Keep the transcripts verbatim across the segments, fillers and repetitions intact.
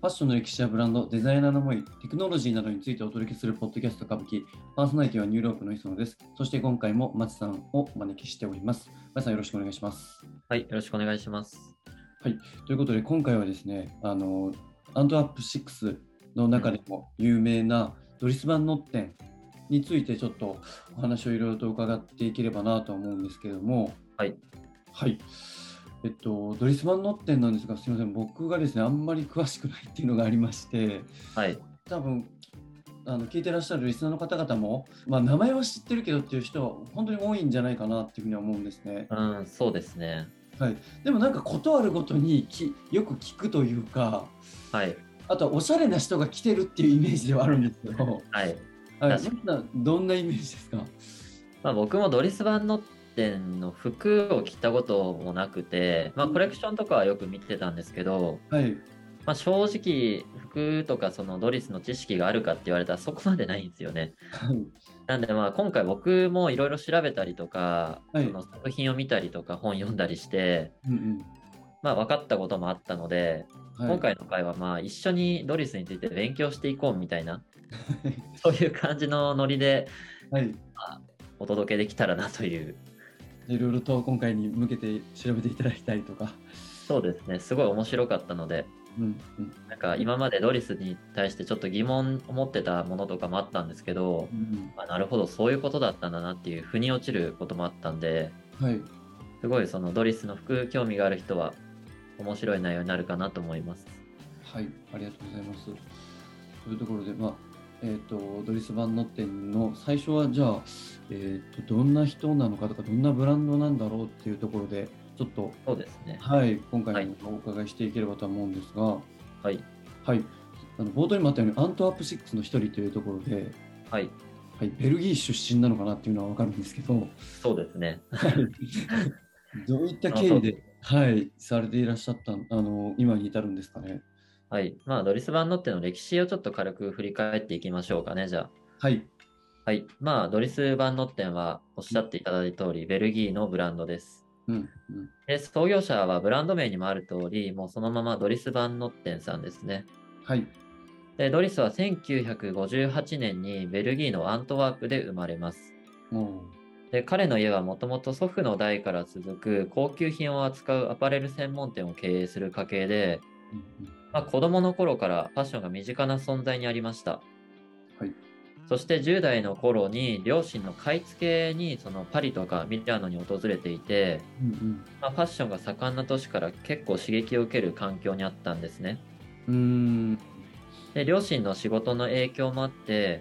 ファッションの歴史やブランド、デザイナーの思い、テクノロジーなどについてお届けするポッドキャスト歌舞伎、パーソナリティはニューロープの磯野です。そして今回も松さんをお招きしております。松さんよろしくお願いします。 はい、よろしくお願いします。 はい、ということで今回はですね、あのアントワープシックスの中でも有名なドリス・バン・ノッテンについてちょっとお話をいろいろと伺っていければなと思うんですけれども、 はい。 はい。えっと、ドリス・バン・ノッテンなんですが、すみません、僕がですね、あんまり詳しくないっていうのがありまして、 はい。 多分あの聞いてらっしゃるリスナーの方々も、まあ、名前は知ってるけどっていう人は本当に多いんじゃないかなっていうふうには思うんですね。 うん、そうですね。 はい、でもなんかことあるごとにきよく聞くというか、 はい。 あとはおしゃれな人が来てるっていうイメージではあるんですけど、 はい。 はい、 確かに。 などんなイメージですか？ まあ、僕もドリス・バンノッテンの服を着たこともなくて、まあ、コレクションとかはよく見てたんですけど、 はい、 まあ、正直、服とかそのドリスの知識があるかって言われたらそこまでないんですよね。 はい、 なんでまあ今回僕もいろいろ調べたりとか、 はい、 その作品を見たりとか本読んだりして、 うんうん、 まあ分かったこともあったので、 はい、 今回の回はまあ一緒にドリスについて勉強していこうみたいな、そういう感じのノリで、 はい、 まあ、お届けできたらなという。 いろいろと今回に向けて調べていただきたいとか、 そうですね、すごい面白かったので、 うんうん、 なんか今までドリスに対してちょっと疑問を持ってたものとかもあったんですけど、 うん、 あ、なるほど、そういうことだったんだなっていう腑に落ちることもあったんで、 はい、 すごいそのドリスの服興味がある人は面白い内容になるかなと思います。 はい、ありがとうございます。というところで、まあえーと、ドリス・バン・ノッテンの最初はじゃあ、えーと、どんな人なのかとかどんなブランドなんだろうっていうところでちょっと、 そうですね。 はい、今はい。 回もお伺いしていければと思うんですが、 はい。 はい、あの冒頭にもあったようにアントワープシックスの一人というところで、 はい。 はい、ベルギー出身なのかなっていうのは分かるんですけど、 そうですね。 はい、どういったその通り。 経緯で、はい、されていらっしゃったあの今に至るんですかね。 はい。まあ、ドリス・バンノッテの歴史をちょっと軽く振り返っていきましょうかね、じゃあ。 はい、 はい。まあ、ドリス・バンノッテンはおっしゃっていただいた通り、ベルギーのブランドです。 うんうん、 で、創業者はブランド名にもある通り、もうそのままドリス・バンノッテンさんですね。 はい、 で、ドリスはせんきゅうひゃくごじゅうはちねんにベルギーのアントワープで生まれます。 もで、彼の家はもともと祖父の代から続く高級品を扱うアパレル専門店を経営する家系で、 う、うんうん、 まあ、子供の頃からファッションが身近な存在にありました。 はい、 そしてじゅう代の頃に両親の買い付けにそのパリとかミラノに訪れていて、 うんうんまあ、ファッションが盛んな都市から結構刺激を受ける環境にあったんですね。 うーん、 で、両親の仕事の影響もあって、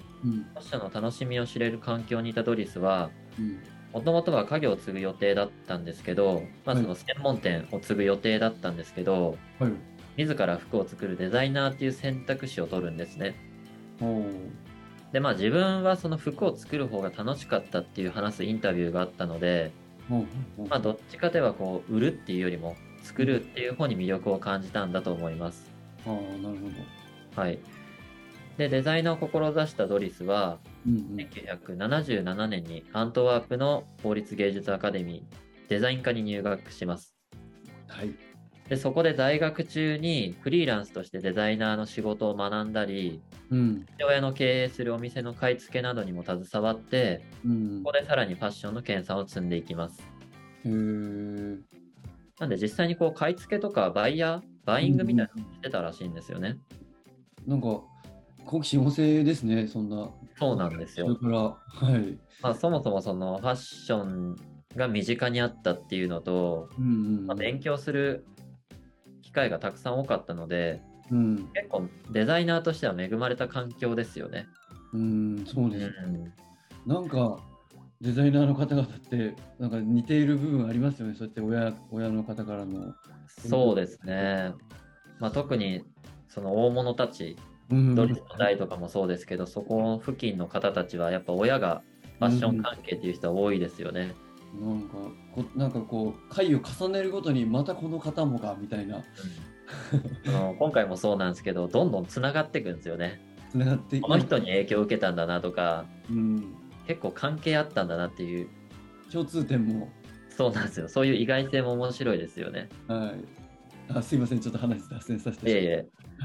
うん、 ファッションの楽しみを知れる環境にいたドリスは、 うん、 もともとは家業を継ぐ予定だったんですけど、まあはい、 その専門店を継ぐ予定だったんですけど、 はい、 自ら服を作るデザイナーっていう選択肢を取るんですね。 おー、 で、まあ自分はその服を作る方が楽しかったっていう話すインタビューがあったので、 ほうほうほう、 まあどっちかといえばこう、売るっていうよりも作うん、 るっていう方に魅力を感じたんだと思います。 ああ、なるほど。 はい。で、デザイナーを志したドリスは、 うんうん、 せんきゅうひゃくななじゅうななねんにアントワープの法律芸術アカデミー、デザイン科に入学します。 はい、 で、そこで在学中にフリーランスとしてデザイナーの仕事を学んだり、 うん、 父親の経営するお店の買い付けなどにも携わって、 うん、 ここでさらにファッションの研鑽を積んでいきます。 へえ、うん、 なんで実際にこう買い付けとかバイヤー、バイうん、 イングみたいなのをしてたらしいんですよね。 なんか好奇心旺盛ですね、そんな。 そうなんですよ。 それから、はい、 まあそもそもそのファッションが身近にあったっていうのと、 うんうんまあ、勉強する機会がたくさん多かったので、 うん、 結構デザイナーとしては恵まれた環境ですよね。 うん、うん、そううです。 ん。 なんかデザイナーの方々ってなんか似ている部分ありますよね。そうやって親親の方からの。 そうですね。まあ、特にその大物たち、 うん、 ドリフの代とかもそうですけど、そこ付近の方たちはやっぱ親がファッションうん、 関係っていう人は多いですよね。 なんかこなんかこう回を重ねるごとにまたこの方もかみたいな、 うん。その今回もそうなんですけど、どんどんつながっていくんですよね。 つながってこのなんか、 人に影響を受けたんだなとか、 うん、 結構関係あったんだなっていう、 共通点も、 そうなんですよ。そういう意外性も面白いですよね。 はい。あ、すいません、ちょっと話脱線させてしまっいえいえ。 た。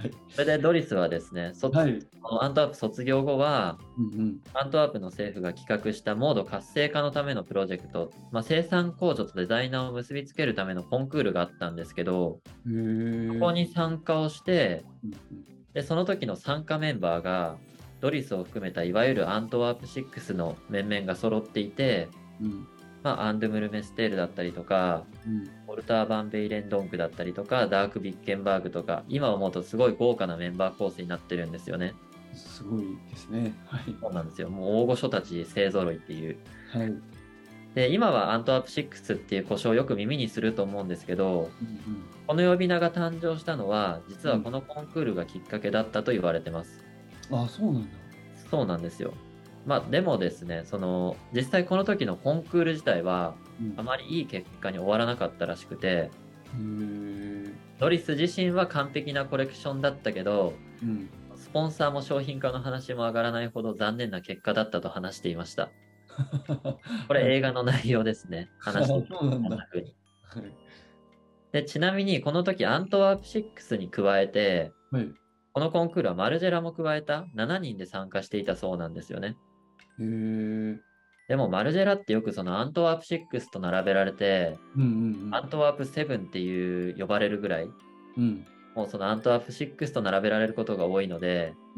はい。 それでドリスはですね、卒はい。 このアントワープ卒業後は、 うんうん。 アントワープの政府が企画したモード活性化のためのプロジェクト、まあ、生産工場とデザイナーを結びつけるためのコンクールがあったんですけど、 へえ。 そこに参加をして、 うんで、その時の参加メンバーが、ドリスを含めたいわゆるアントワープシックスの面々が揃っていて、 うん。 まあ、アンドゥムル・メステールだったりとか、 うん。 ウォルター・バン・ベイレンドンクだったりとか、ダーク・ビッケンバーグとか、今思うとすごい豪華なメンバー構成になってるんですよね。 すごいですね。はい。 そうなんですよ。もう大御所たち勢ぞろいっていう。 はい。うんで、今はアントワープシックスっていう呼称をよく耳にすると思うんですけど、 うん。 この呼び名が誕生したのは、実うん。 はこのコンクールがきっかけだったと言われてます。 あ、そうなんだ。 そうなんですよ。まあ、でもですね、その、実際この時のコンクール自体は、 うん。 あまりいい結果に終わらなかったらしくて、 へえ。 ノリス自身は完璧なコレクションだったけど、 うん。 スポンサーも商品化の話も上がらないほど残念な結果だったと話していました。こはい。 れ映画の内容ですね。 あ、 話していて、 そうなんだ。 こんな風に。 はい。 で、ちなみにこの時アントワープシックスに加えて、 はい。 このコンクールはマルジェラも加えたしちにんで参加していたそうなんですよね。 へえ。 でもマルジェラってよくそのアントワープシックスと並べられて、 うんうんアントワープセブンっていう呼ばれるぐらい、 うん。うん。 もうそのアントワープシックスと並べられることが多いので、 うん。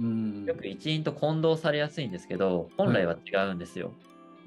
よく一員と混同されやすいんですけど、本はい。 来は違うんですよ。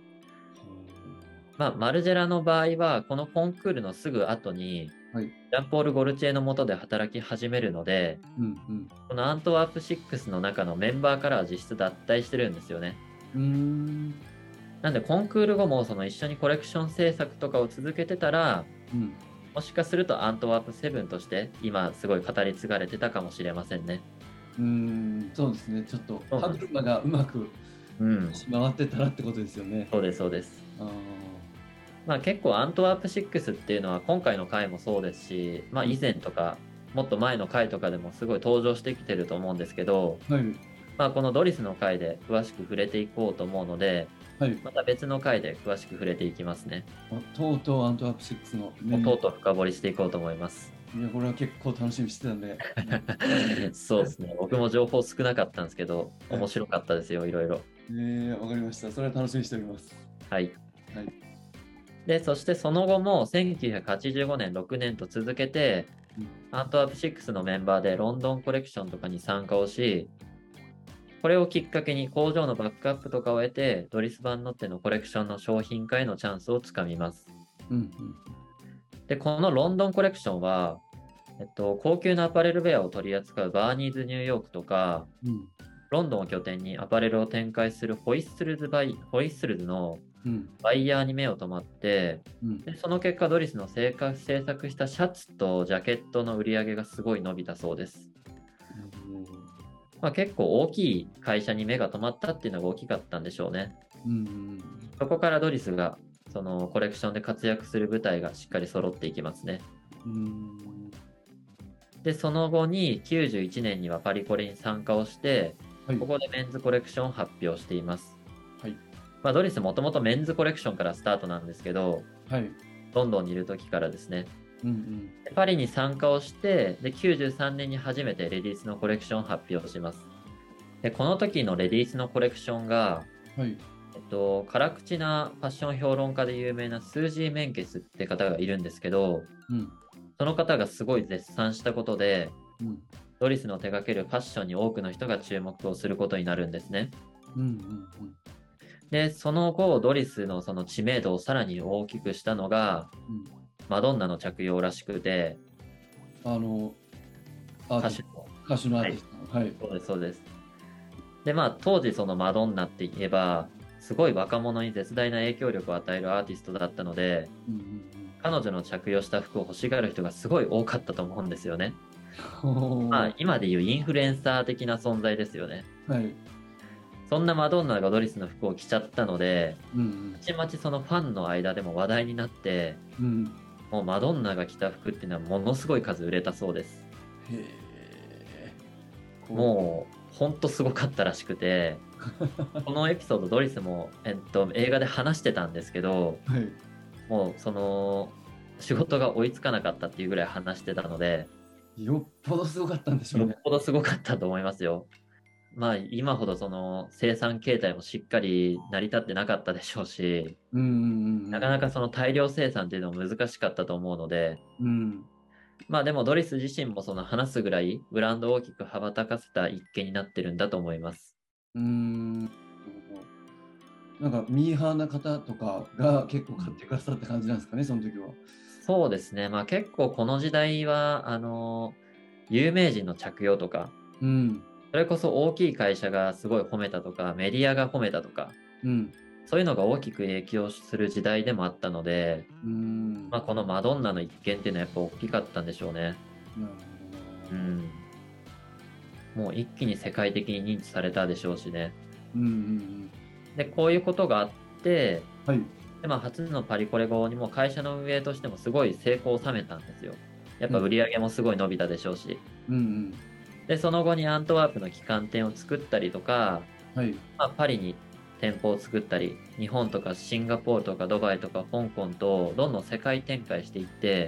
まあ、マルジェラの場合は、このコンクールのすぐ後に、 はい。 ジャンポール・ゴルチエの下で働き始めるので、 うんうんこのアントワープシックスの中のメンバーからは実質脱退してるんですよね。 うーん。 なんでコンクール後もその一緒にコレクション制作とかを続けてたら、 うん。 もしかするとアントワープセブンとして今すごい語り継がれてたかもしれませんね。 うーん。そうですね。ちょっと歯そうなんです。 車がうまくうん。 回ってたらってことですよね。 そうです、そうです。 ああ。 まあ結構アントワープシックスっていうのは今回の回もそうですし、まあうん。 以前とか、もっと前の回とかでもすごい登場してきてると思うんですけど、 はい。 まあこのドリスの回で詳しく触れていこうと思うので、 はい。 また別の回で詳しく触れていきますね。 あ、とうとうアントワープシックスのメンバもうとうとう深掘りしていこうと思います。 ー。いや、これは結構楽しみにしてたんで。 そうですね。僕も情報少なかったんですけど、 はい。 面白かったですよ、いろいろ。 えー、わかりました。それは楽しみにしております。 はい。 はい。 で、そしてその後もせんきゅうひゃくはちじゅうごねん、ろくねんと続けて、 うん。 アントワープシックスのメンバーでロンドンコレクションとかに参加をし、これをきっかけに工場のバックアップとかを得て、ドリス・バンノッテのコレクションの商品化へのチャンスをつかみます。 うんうんで、このロンドンコレクションは、えっと、高級なアパレルウェアを取り扱うバーニーズニューヨークとか、 うん。 ロンドンを拠点にアパレルを展開するホイッスルズバイ、ホイッスルズのうん。 バイヤーに目を留まって、 うん。 でその結果、ドリスの制作制作したシャツとジャケットの売り上げがすごい伸びたそうです。まあ、結構大きい会社に目が留まったっていうのが大きかったんでしょうね。 うん。 そこからドリスがそのコレクションで活躍する舞台がしっかり揃っていきますね。 うん。 で、その後にきゅうじゅういちねんにはパリコレに参加をして、 はい。 ここでメンズコレクションを発表しています。 はい。 まあ、ドリスもともとメンズコレクションからスタートなんですけど、 はい。 ロンドンにいる時からですね。 うん。 でパリに参加をして、で、きゅうじゅうさんねんに初めてレディースのコレクションを発表します。で、この時のレディースのコレクションが、 はい。 えっと、辛口なファッション評論家で有名なスージー・メンケスって方がいるんですけど、 うん。 その方がすごい絶賛したことで、 うん。 ドリスの手掛けるファッションに多くの人が注目をすることになるんですね。 うん。うん。 で、その後、ドリスのその知名度をさらに大きくしたのが、 うん。 マドンナの着用らしくて、 あの、アーティスト、 歌手の、 歌手のアーはい、 ティストの。はい。 そうです、そうです。で、まあ、当時そのマドンナって言えば、すごい若者に絶大な影響力を与えるアーティストだったので、 うん。 彼女の着用した服を欲しがる人がすごい多かったと思うんですよね。 うん。 まあ、 ほ今でいうインフルエンサー的な存在ですよね。 ー。はい。 そんなマドンナがドリスの服を着ちゃったので、 うん。 たちまちそのファンの間でも話題になって、 うん。 もうマドンナが着た服っていうのはものすごい数売れたそうです。 へえ。こもう、ほんとすごかったらしくて、このエピソードドリスも、えっと、映画で話してたんですけど、 う。はい。 もうその、仕事が追いつかなかったっていうぐらい話してたので、 よっぽどすごかったんでしょうね。 よっぽどすごかったと思いますよ。まあ、今ほどその生産形態もしっかり成り立ってなかったでしょうし、 うんうんなかなかその大量生産っていうのも難しかったと思うので、 うんうん。 まあでもドリス自身もその話すぐらいブランドを大きく羽ばたかせた一件になってるんだと思います。 うーん。なるほど。なんかミーハーな方とかが結構買ってくださった感じなんですかね、その時は。 そうですね。まあ結構この時代は、あの、有名人の着用とか、 うん。 それこそ大きい会社がすごい褒めたとか、メディアが褒めたとか、 うん。 そういうのが大きく影響する時代でもあったので、 うーん。 まあこのマドンナの一件っていうのはやっぱ大きかったんでしょうね。 なるほどな。 うん。もう一気に世界的に認知されたでしょうしね。 うんうんで、こういうことがあって、 うん。はい。 で、まあ初のパリコレ後にも会社の運営としてもすごい成功を収めたんですよ。やっぱうん売り上げもすごい伸びたでしょうし。 うんうん。 で、その後にアントワープの旗艦店を作ったりとか、 はい。 まあ、パリに店舗を作ったり、日本とかシンガポールとかドバイとか香港とどんどん世界展開していって、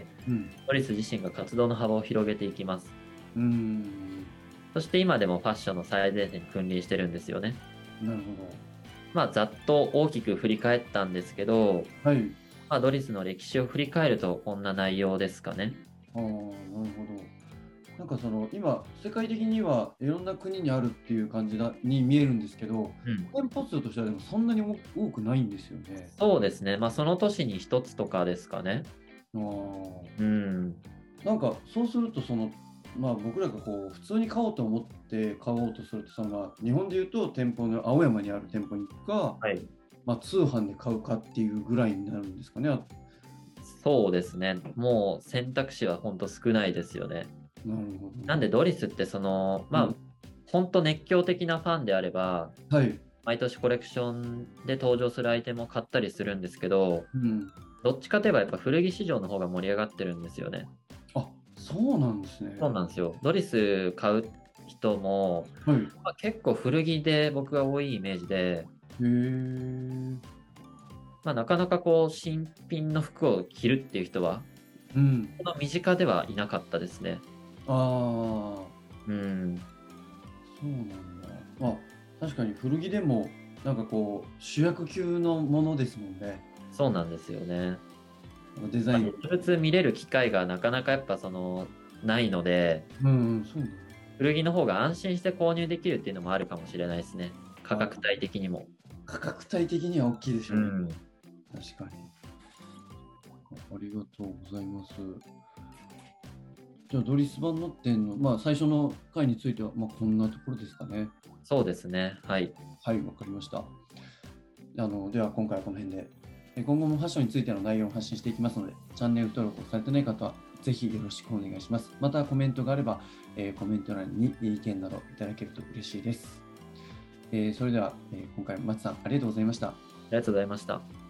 うん。 ドリス自身が活動の幅を広げていきます。 うーん。 そして今でもファッションの最前線に君臨してるんですよね。 なるほまあざっと大きく振り返ったんですけど、 ど。はい。 まあ、ドリスの歴史を振り返るとこんな内容ですかね。 ああ、なるほど。なんかその今、世界的にはいろんな国にあるっていう感じだに見えるんですけど、 うん。 店舗数としてはでもそんなに多多くないんですよね。 そうですね。まあその年に一つとかですかね。 ああ。 うん。 なんかそうするとその、まあ、僕らがこう普通に買おうと思って買おうとするとその、まあ、日本でいうと店舗の青山にある店舗に行くか、 はい。 まあ、通販で買うかっていうぐらいになるんですかね。あ、 そうですね。もう選択肢は本当少ないですよね。 なるほど。 なんでドリスってその、まあ、 うん、 本当熱狂的なファンであれば、 はい。 毎年コレクションで登場するアイテムを買ったりするんですけど、 うん。 どっちかといえばやっぱ古着市場の方が盛り上がってるんですよね。 あ、そうなんですね。 そうなんですよ。ドリス買う人も、 はい。 まあ、結構古着で僕が多いイメージで、 へえ。 まあ、なかなかこう新品の服を着るっていう人は、 うん。 この身近ではいなかったですね。 ああ、 うん。 そうなんだ。まあ、確かに古着でも、なんかこう、主役級のものですもんね。 そうなんですよね。まあ、 デザイン。 実物見れる機会がなかなかやっぱそのないので、 うん、うん、そうなんだ。 古着の方が安心して購入できるっていうのもあるかもしれないですね。価格あ、 帯的にも。 価格帯的には大きいでしょうね。 うん。 確かに。ありがとうございます。じゃあ、ドリス版の店の、まあ、最初の回については、まあ、こんなところですかね。 そうですね。はい。 はい、わかりました。あの、では、今回はこの辺で。え今後もファッションについての内容を発信していきますので、チャンネル登録をされてない方は、ぜひよろしくお願いします。また、コメントがあれば、えーコメント欄に意見などいただけると嬉しいです。えーそれでは、えー今回、松さん、ありがとうございました。 ありがとうございました。